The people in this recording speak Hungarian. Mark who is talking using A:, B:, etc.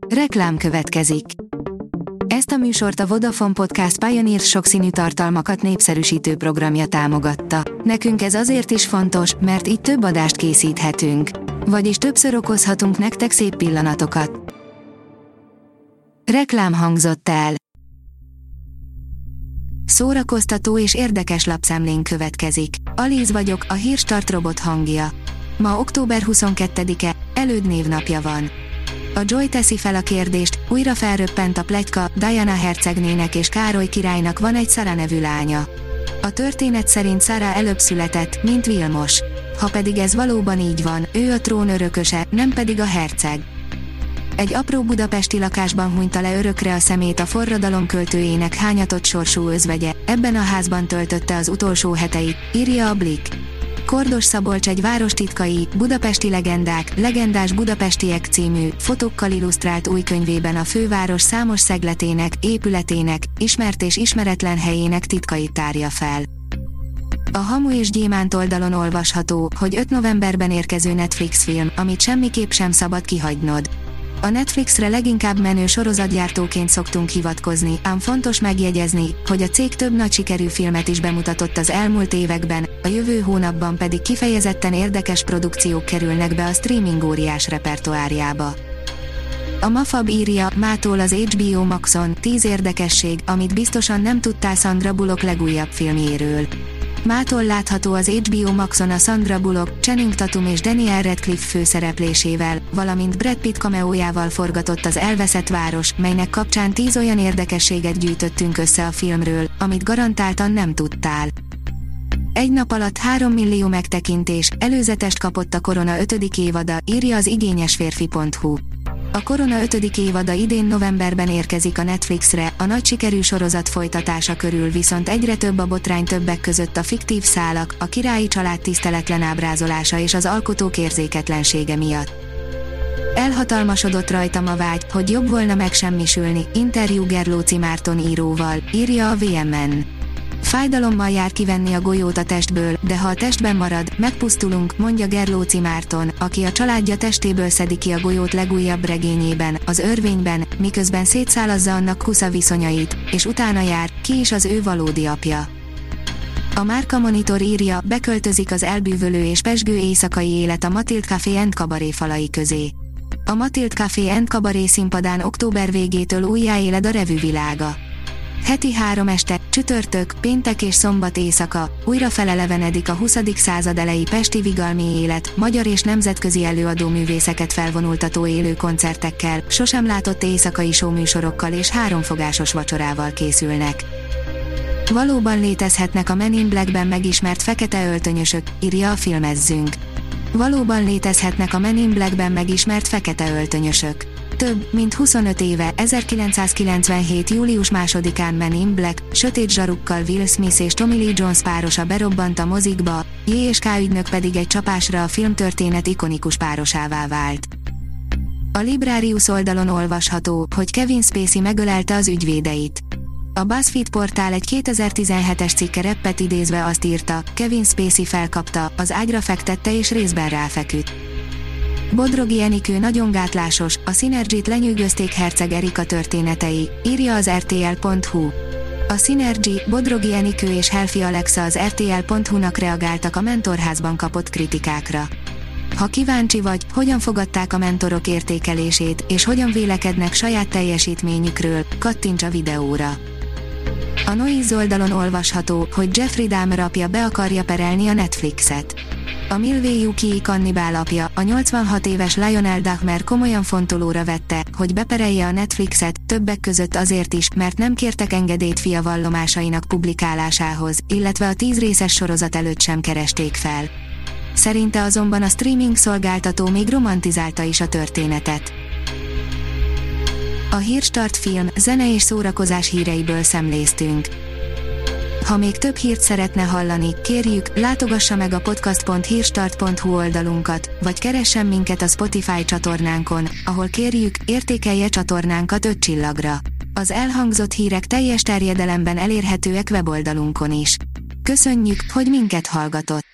A: Reklám következik. Ezt a műsort a Vodafone Podcast Pioneer sokszínű tartalmakat népszerűsítő programja támogatta. Nekünk ez azért is fontos, mert így több adást készíthetünk. Vagyis többször okozhatunk nektek szép pillanatokat. Reklám hangzott el. Szórakoztató és érdekes lapszemlén következik. Alíz vagyok, a Hírstart robot hangja. Ma október 22-e, Előd névnapja van. A Joy teszi fel a kérdést, újra felröppent a pletyka, Diana hercegnének és Károly királynak van egy Sara nevű lánya. A történet szerint Sara előbb született, mint Vilmos. Ha pedig ez valóban így van, ő a trón örököse, nem pedig a herceg. Egy apró budapesti lakásban hunyta le örökre a szemét a forradalom költőjének hányatott sorsú özvegye, ebben a házban töltötte az utolsó heteit, írja a Blick. Kordos Szabolcs egy város titkai, budapesti legendák, legendás budapestiek című, fotókkal illusztrált új könyvében a főváros számos szegletének, épületének, ismert és ismeretlen helyének titkait tárja fel. A Hamu és Gyémánt oldalon olvasható, hogy 5 novemberben érkező Netflix film, amit semmiképp sem szabad kihagynod. A Netflixre leginkább menő sorozatgyártóként szoktunk hivatkozni, ám fontos megjegyezni, hogy a cég több nagy sikerű filmet is bemutatott az elmúlt években, a jövő hónapban pedig kifejezetten érdekes produkciók kerülnek be a streaming óriás repertoárjába. A Mafab írja, mától az HBO Maxon, 10 érdekesség, amit biztosan nem tudtál Sandra Bullock legújabb filmjéről. Mától látható az HBO Maxon a Sandra Bullock, Channing Tatum és Daniel Radcliffe főszereplésével, valamint Brad Pitt cameójával forgatott az Elveszett város, melynek kapcsán 10 olyan érdekességet gyűjtöttünk össze a filmről, amit garantáltan nem tudtál. Egy nap alatt 3 millió megtekintés, előzetest kapott a Korona 5. évada, írja az igényesférfi.hu. A Korona 5. évada idén novemberben érkezik a Netflixre, a nagy sikerű sorozat folytatása körül viszont egyre több a botrány, többek között a fiktív szálak, a királyi család tiszteletlen ábrázolása és az alkotók érzéketlensége miatt. Elhatalmasodott rajtam a vágy, hogy jobb volna megsemmisülni, interjú Gerlóci Márton íróval, írja a VMN. Fájdalommal jár kivenni a golyót a testből, de ha a testben marad, megpusztulunk, mondja Gerlóci Márton, aki a családja testéből szedi ki a golyót legújabb regényében, az Örvényben, miközben szétszálazza annak kusza viszonyait, és utána jár, ki is az ő valódi apja. A Márka Monitor írja, beköltözik az elbűvölő és pezsgő éjszakai élet a Matild Café & Cabaret falai közé. A Matild Café & Cabaret színpadán október végétől újjáéled a revű világa. Heti 3 este, csütörtök, péntek és szombat éjszaka, újra felelevenedik a 20. század elejé pesti vigalmi élet, magyar és nemzetközi előadóművészeket felvonultató élő koncertekkel, sosem látott éjszakai showműsorokkal és 3 fogásos vacsorával készülnek. Valóban létezhetnek a Men in Blackben megismert fekete öltönyösök, írja a Filmezzünk. Valóban létezhetnek a Men in Blackben megismert fekete öltönyösök. Több, mint 25 éve, 1997. július 2-án Men in Black, sötét zsarukkal Will Smith és Tommy Lee Jones párosa berobbant a mozikba, J&K ügynök pedig egy csapásra a filmtörténet ikonikus párosává vált. A Librarius oldalon olvasható, hogy Kevin Spacey megölelte az ügyvédeit. A BuzzFeed portál egy 2017-es cikke reppet idézve azt írta, Kevin Spacey felkapta, az ágyra fektette és részben ráfeküdt. Bodrogi Enikő nagyon gátlásos, a Synergy-t lenyűgözték Herceg Erika történetei, írja az RTL.hu. A Synergy, Bodrogi Enikő és Helfi Alexa az RTL.hu-nak reagáltak a mentorházban kapott kritikákra. Ha kíváncsi vagy, hogyan fogadták a mentorok értékelését, és hogyan vélekednek saját teljesítményükről, kattints a videóra. A Noiz oldalon olvasható, hogy Jeffrey Dahmer apja be akarja perelni a Netflixet. A Milwaukee Key kannibál apja, a 86 éves Lionel Dahmer komolyan fontolóra vette, hogy beperelje a Netflixet, többek között azért is, mert nem kértek engedélyt fia vallomásainak publikálásához, illetve a 10 részes sorozat előtt sem keresték fel. Szerinte azonban a streaming szolgáltató még romantizálta is a történetet. A Hírstart film, zene és szórakozás híreiből szemléztünk. Ha még több hírt szeretne hallani, kérjük, látogassa meg a podcast.hírstart.hu oldalunkat, vagy keressen minket a Spotify csatornánkon, ahol kérjük, értékelje csatornánkat 5 csillagra. Az elhangzott hírek teljes terjedelemben elérhetőek weboldalunkon is. Köszönjük, hogy minket hallgatott!